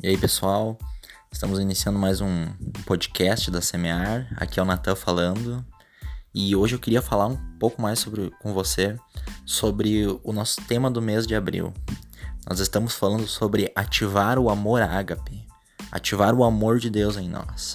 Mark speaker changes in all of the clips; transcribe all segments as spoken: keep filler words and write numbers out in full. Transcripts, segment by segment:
Speaker 1: E aí, pessoal, estamos iniciando mais um podcast da Semear. Aqui é o Natan falando. E hoje eu queria falar um pouco mais sobre, com você sobre o nosso tema do mês de abril. Nós estamos falando sobre ativar o amor ágape, ativar o amor de Deus em nós.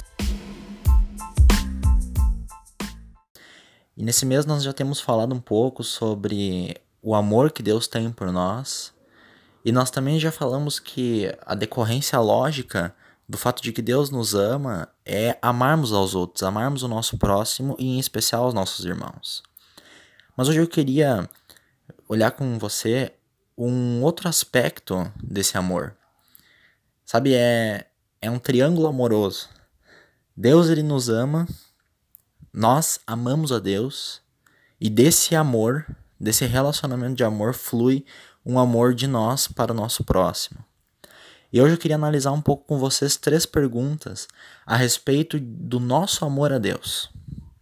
Speaker 1: E nesse mês nós já temos falado um pouco sobre o amor que Deus tem por nós. E nós também já falamos que a decorrência lógica do fato de que Deus nos ama é amarmos aos outros, amarmos o nosso próximo e em especial os nossos irmãos. Mas hoje eu queria olhar com você um outro aspecto desse amor. Sabe, é, é um triângulo amoroso. Deus, ele nos ama, nós amamos a Deus e desse amor, desse relacionamento de amor flui um amor de nós para o nosso próximo. E hoje eu queria analisar um pouco com vocês três perguntas a respeito do nosso amor a Deus.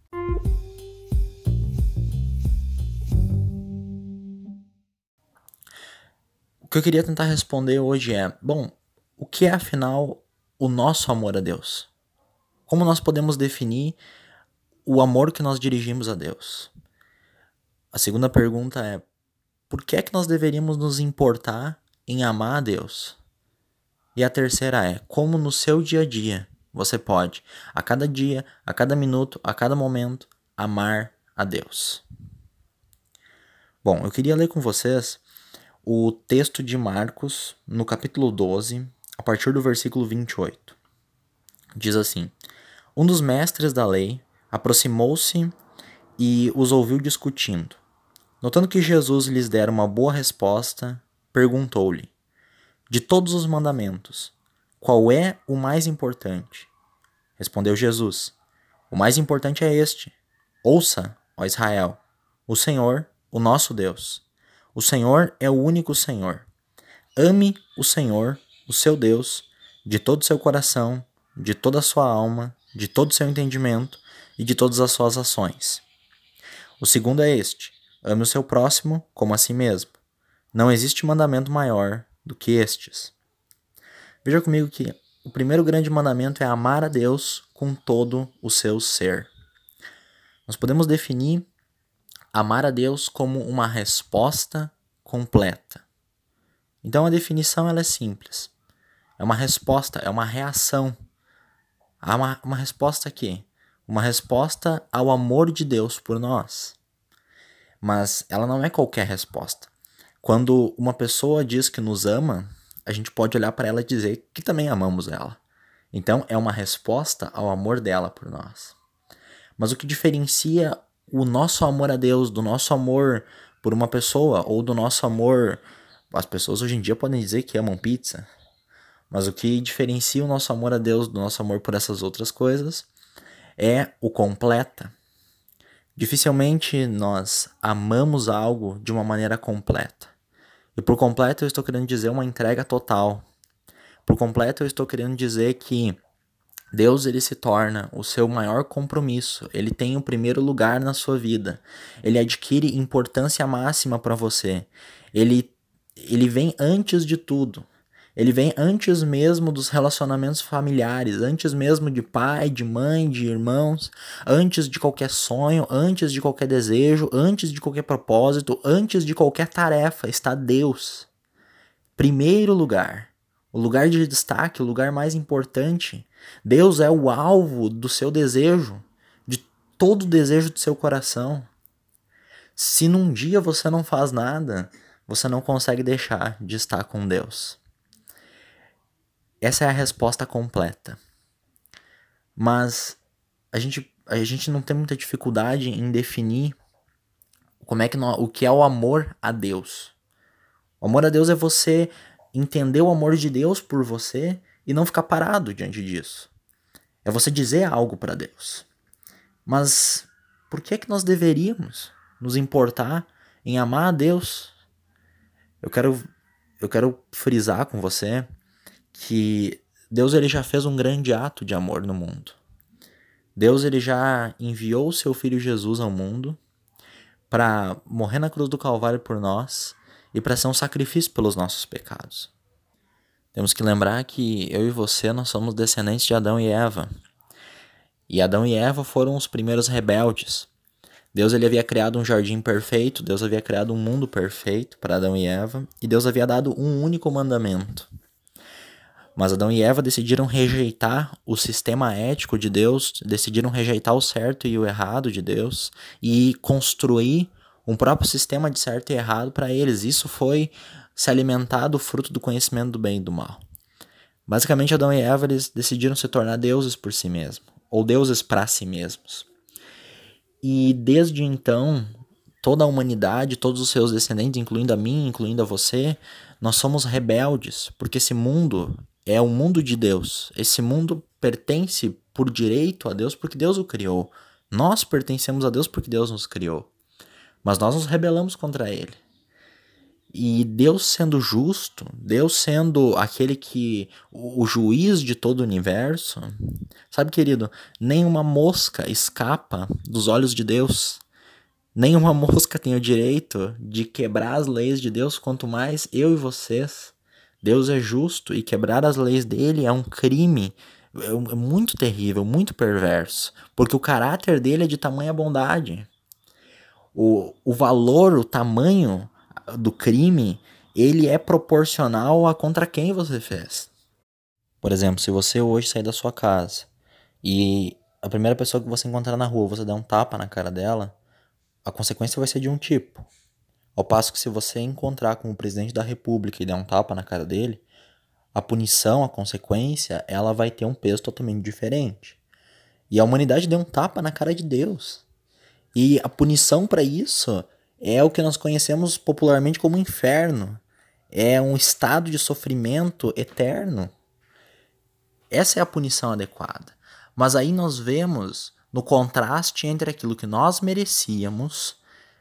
Speaker 1: O que eu queria tentar responder hoje é, bom, o que é afinal o nosso amor a Deus? Como nós podemos definir o amor que nós dirigimos a Deus? A segunda pergunta é, por que é que nós deveríamos nos importar em amar a Deus? E a terceira é, como no seu dia a dia você pode, a cada dia, a cada minuto, a cada momento, amar a Deus? Bom, eu queria ler com vocês o texto de Marcos, no capítulo doze, a partir do versículo vinte e oito. Diz assim, um dos mestres da lei aproximou-se e os ouviu discutindo. Notando que Jesus lhes dera uma boa resposta, perguntou-lhe, de todos os mandamentos, qual é o mais importante? Respondeu Jesus, o mais importante é este, ouça, ó Israel, o Senhor, o nosso Deus. O Senhor é o único Senhor. Ame o Senhor, o seu Deus, de todo o seu coração, de toda a sua alma, de todo o seu entendimento e de todas as suas ações. O segundo é este, ame o seu próximo como a si mesmo. Não existe mandamento maior do que estes. Veja comigo que o primeiro grande mandamento é amar a Deus com todo o seu ser. Nós podemos definir amar a Deus como uma resposta completa. Então a definição ela é simples. É uma resposta, é uma reação. Há uma, uma resposta aqui. Uma resposta ao amor de Deus por nós. Mas ela não é qualquer resposta. Quando uma pessoa diz que nos ama, a gente pode olhar para ela e dizer que também amamos ela. Então é uma resposta ao amor dela por nós. Mas o que diferencia o nosso amor a Deus do nosso amor por uma pessoa ou do nosso amor... As pessoas hoje em dia podem dizer que amam pizza. Mas o que diferencia o nosso amor a Deus do nosso amor por essas outras coisas é o completa. Dificilmente nós amamos algo de uma maneira completa. E por completo eu estou querendo dizer uma entrega total. Por completo eu estou querendo dizer que Deus ele se torna o seu maior compromisso. Ele tem o primeiro lugar na sua vida. Ele adquire importância máxima para você. Ele, ele vem antes de tudo. Ele vem antes mesmo dos relacionamentos familiares, antes mesmo de pai, de mãe, de irmãos, antes de qualquer sonho, antes de qualquer desejo, antes de qualquer propósito, antes de qualquer tarefa, está Deus. Primeiro lugar, o lugar de destaque, o lugar mais importante. Deus é o alvo do seu desejo, de todo o desejo do seu coração. Se num dia você não faz nada, você não consegue deixar de estar com Deus. Essa é a resposta completa. Mas a gente, a gente não tem muita dificuldade em definir como é que nós, o que é o amor a Deus. O amor a Deus é você entender o amor de Deus por você e não ficar parado diante disso. É você dizer algo para Deus. Mas por que é que nós deveríamos nos importar em amar a Deus? Eu quero, eu quero frisar com você que Deus ele já fez um grande ato de amor no mundo. Deus ele já enviou o seu Filho Jesus ao mundo para morrer na cruz do Calvário por nós e para ser um sacrifício pelos nossos pecados. Temos que lembrar que eu e você, nós somos descendentes de Adão e Eva. E Adão e Eva foram os primeiros rebeldes. Deus ele havia criado um jardim perfeito, Deus havia criado um mundo perfeito para Adão e Eva, e Deus havia dado um único mandamento. Mas Adão e Eva decidiram rejeitar o sistema ético de Deus, decidiram rejeitar o certo e o errado de Deus e construir um próprio sistema de certo e errado para eles. Isso foi se alimentar do fruto do conhecimento do bem e do mal. Basicamente, Adão e Eva eles decidiram se tornar deuses por si mesmos, ou deuses para si mesmos. E desde então, toda a humanidade, todos os seus descendentes, incluindo a mim, incluindo a você, nós somos rebeldes, porque esse mundo é o mundo de Deus. Esse mundo pertence por direito a Deus porque Deus o criou. Nós pertencemos a Deus porque Deus nos criou. Mas nós nos rebelamos contra ele. E Deus sendo justo, Deus sendo aquele que, o, o juiz de todo o universo, sabe, querido, nenhuma mosca escapa dos olhos de Deus. Nenhuma mosca tem o direito de quebrar as leis de Deus, quanto mais eu e vocês. Deus é justo e quebrar as leis dele é um crime, é muito terrível, muito perverso, porque o caráter dele é de tamanha bondade. O, o valor, o tamanho do crime, ele é proporcional a contra quem você fez. Por exemplo, se você hoje sair da sua casa e a primeira pessoa que você encontrar na rua, você der um tapa na cara dela, a consequência vai ser de um tipo. Ao passo que se você encontrar com o presidente da república e der um tapa na cara dele, a punição, a consequência, ela vai ter um peso totalmente diferente. E a humanidade deu um tapa na cara de Deus. E a punição para isso é o que nós conhecemos popularmente como inferno. É um estado de sofrimento eterno. Essa é a punição adequada. Mas aí nós vemos no contraste entre aquilo que nós merecíamos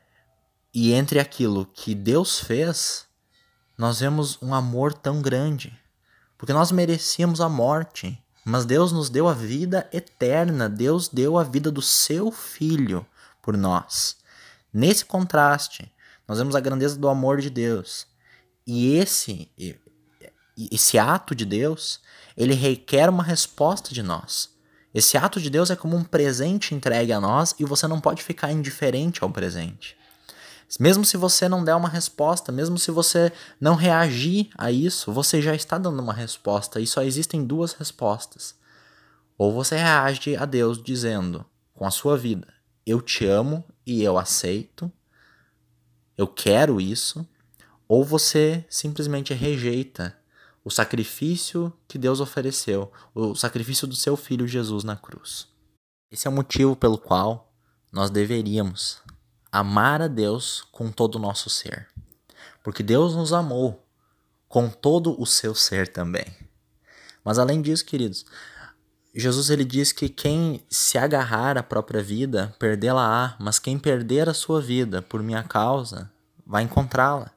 Speaker 1: e entre aquilo que Deus fez, nós vemos um amor tão grande. Porque nós merecíamos a morte, mas Deus nos deu a vida eterna. Deus deu a vida do seu Filho por nós. Nesse contraste, nós vemos a grandeza do amor de Deus. E esse, esse ato de Deus, ele requer uma resposta de nós. Esse ato de Deus é como um presente entregue a nós e você não pode ficar indiferente ao presente. Mesmo se você não der uma resposta, mesmo se você não reagir a isso, você já está dando uma resposta e só existem duas respostas. Ou você reage a Deus dizendo, com a sua vida, eu te amo e eu aceito, eu quero isso, ou você simplesmente rejeita o sacrifício que Deus ofereceu, o sacrifício do seu Filho Jesus na cruz. Esse é o motivo pelo qual nós deveríamos amar a Deus com todo o nosso ser. Porque Deus nos amou com todo o seu ser também. Mas além disso, queridos, Jesus ele diz que quem se agarrar à própria vida, perdê-la-á, mas quem perder a sua vida por minha causa, vai encontrá-la.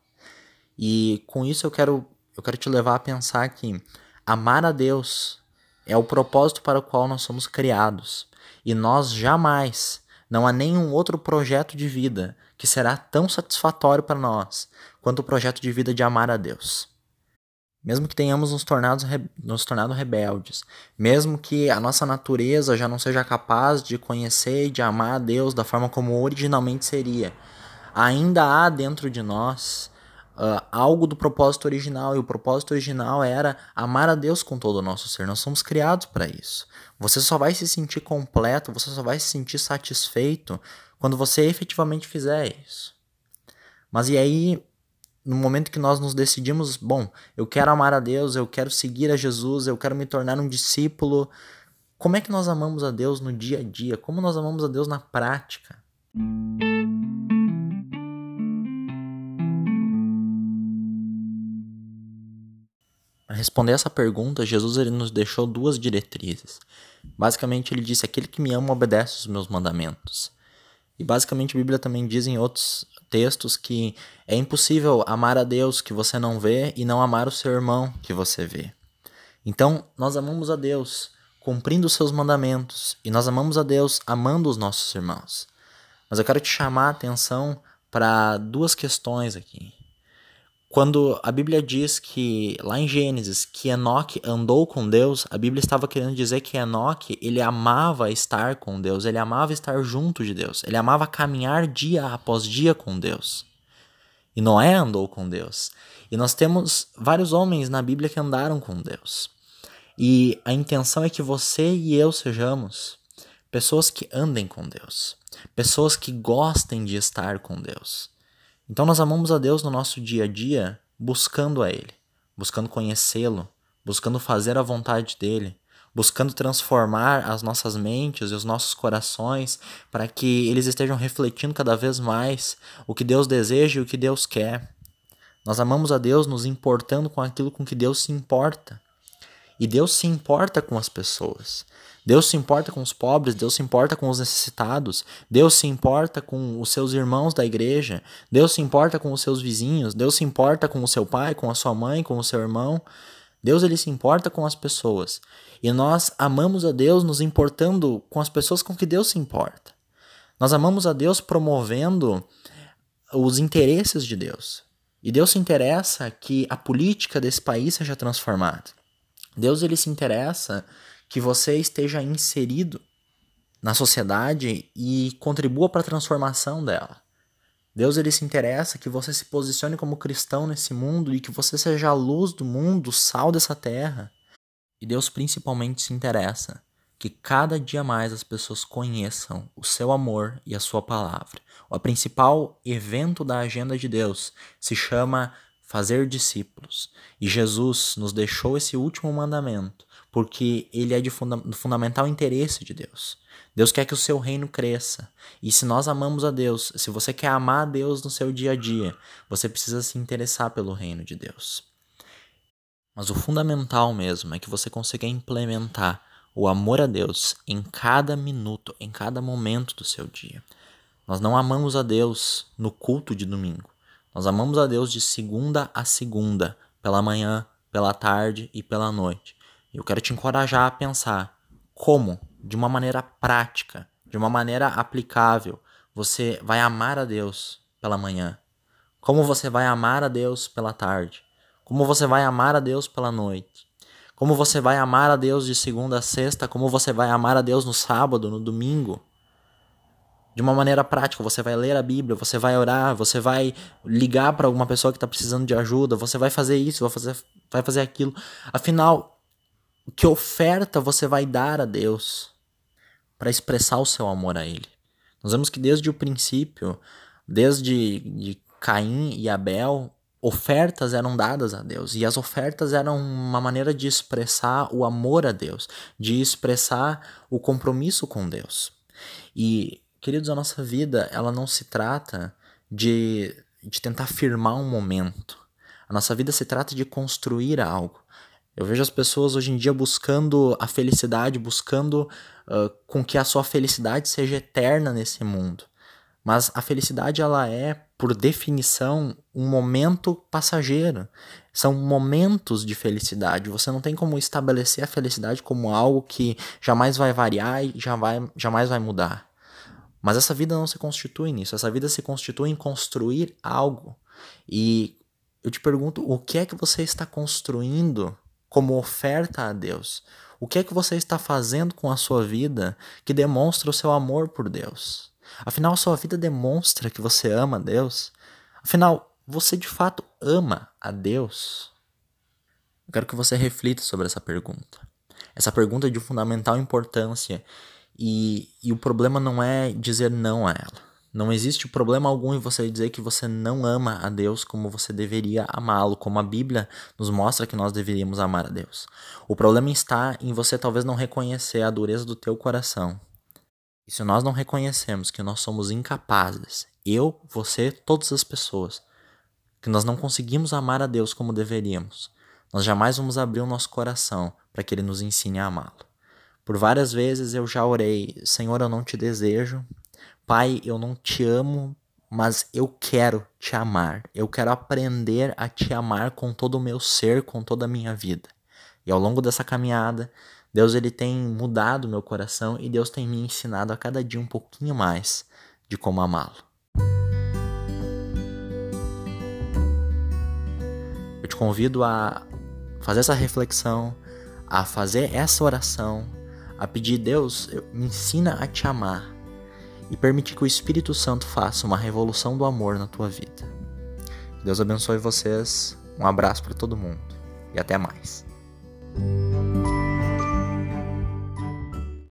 Speaker 1: E com isso eu quero, eu quero te levar a pensar que amar a Deus é o propósito para o qual nós somos criados. E nós jamais, não há nenhum outro projeto de vida que será tão satisfatório para nós quanto o projeto de vida de amar a Deus. Mesmo que tenhamos nos tornado, nos tornado rebeldes, mesmo que a nossa natureza já não seja capaz de conhecer e de amar a Deus da forma como originalmente seria, ainda há dentro de nós uh, algo do propósito original, e o propósito original era amar a Deus com todo o nosso ser. Nós somos criados para isso. Você só vai se sentir completo, você só vai se sentir satisfeito quando você efetivamente fizer isso. Mas e aí, no momento que nós nos decidimos, bom, eu quero amar a Deus, eu quero seguir a Jesus, eu quero me tornar um discípulo, como é que nós amamos a Deus no dia a dia? Como nós amamos a Deus na prática? Para responder essa pergunta, Jesus ele nos deixou duas diretrizes. Basicamente, ele disse, aquele que me ama obedece os meus mandamentos. E basicamente a Bíblia também diz em outros textos que é impossível amar a Deus que você não vê e não amar o seu irmão que você vê. Então, nós amamos a Deus cumprindo os seus mandamentos e nós amamos a Deus amando os nossos irmãos. Mas eu quero te chamar a atenção para duas questões aqui. Quando a Bíblia diz que, lá em Gênesis, que Enoque andou com Deus, a Bíblia estava querendo dizer que Enoque, ele amava estar com Deus, ele amava estar junto de Deus, ele amava caminhar dia após dia com Deus. E Noé andou com Deus. E nós temos vários homens na Bíblia que andaram com Deus. E a intenção é que você e eu sejamos pessoas que andem com Deus, pessoas que gostem de estar com Deus. Então nós amamos a Deus no nosso dia a dia, buscando a Ele, buscando conhecê-lo, buscando fazer a vontade dEle, buscando transformar as nossas mentes e os nossos corações para que eles estejam refletindo cada vez mais o que Deus deseja e o que Deus quer. Nós amamos a Deus nos importando com aquilo com que Deus se importa. E Deus se importa com as pessoas. Deus se importa com os pobres, Deus se importa com os necessitados, Deus se importa com os seus irmãos da igreja, Deus se importa com os seus vizinhos, Deus se importa com o seu pai, com a sua mãe, com o seu irmão. Deus, ele se importa com as pessoas. E nós amamos a Deus nos importando com as pessoas com que Deus se importa. Nós amamos a Deus promovendo os interesses de Deus. E Deus se interessa que a política desse país seja transformada. Deus, ele se interessa que você esteja inserido na sociedade e contribua para a transformação dela. Deus, ele se interessa que você se posicione como cristão nesse mundo e que você seja a luz do mundo, o sal dessa terra. E Deus principalmente se interessa que cada dia mais as pessoas conheçam o seu amor e a sua palavra. O principal evento da agenda de Deus se chama fazer discípulos. E Jesus nos deixou esse último mandamento porque ele é de funda- fundamental interesse de Deus. Deus quer que o seu reino cresça. E se nós amamos a Deus, se você quer amar a Deus no seu dia a dia, você precisa se interessar pelo reino de Deus. Mas o fundamental mesmo é que você consiga implementar o amor a Deus em cada minuto, em cada momento do seu dia. Nós não amamos a Deus no culto de domingo. Nós amamos a Deus de segunda a segunda, pela manhã, pela tarde e pela noite. Eu quero te encorajar a pensar como, de uma maneira prática, de uma maneira aplicável, você vai amar a Deus pela manhã. Como você vai amar a Deus pela tarde. Como você vai amar a Deus pela noite. Como você vai amar a Deus de segunda a sexta. Como você vai amar a Deus no sábado, no domingo. De uma maneira prática, você vai ler a Bíblia, você vai orar, você vai ligar para alguma pessoa que está precisando de ajuda, você vai fazer isso, vai fazer, vai fazer aquilo. Afinal, que oferta você vai dar a Deus para expressar o seu amor a Ele? Nós vemos que desde o princípio, desde de Caim e Abel, ofertas eram dadas a Deus. E as ofertas eram uma maneira de expressar o amor a Deus, de expressar o compromisso com Deus. E, queridos, a nossa vida, ela não se trata de, de tentar firmar um momento. A nossa vida se trata de construir algo. Eu vejo as pessoas hoje em dia buscando a felicidade, buscando uh, com que a sua felicidade seja eterna nesse mundo. Mas a felicidade, ela é, por definição, um momento passageiro. São momentos de felicidade. Você não tem como estabelecer a felicidade como algo que jamais vai variar e já vai, jamais vai mudar. Mas essa vida não se constitui nisso. Essa vida se constitui em construir algo. E eu te pergunto, o que é que você está construindo como oferta a Deus? O que é que você está fazendo com a sua vida que demonstra o seu amor por Deus? Afinal, a sua vida demonstra que você ama a Deus? Afinal, você de fato ama a Deus? Eu quero que você reflita sobre essa pergunta. Essa pergunta é de fundamental importância e, e o problema não é dizer não a ela. Não existe problema algum em você dizer que você não ama a Deus como você deveria amá-lo, como a Bíblia nos mostra que nós deveríamos amar a Deus. O problema está em você talvez não reconhecer a dureza do teu coração. E se nós não reconhecemos que nós somos incapazes, eu, você, todas as pessoas, que nós não conseguimos amar a Deus como deveríamos, nós jamais vamos abrir o nosso coração para que Ele nos ensine a amá-lo. Por várias vezes eu já orei, Senhor, eu não te desejo, Pai, eu não te amo, mas eu quero te amar. Eu quero aprender a te amar com todo o meu ser, com toda a minha vida. E ao longo dessa caminhada, Deus, ele tem mudado meu coração e Deus tem me ensinado a cada dia um pouquinho mais de como amá-lo. convido a fazer essa reflexão, a fazer essa oração, a pedir: Deus, me ensina a te amar, e permitir que o Espírito Santo faça uma revolução do amor na tua vida. Deus abençoe vocês, um abraço para todo mundo e até mais.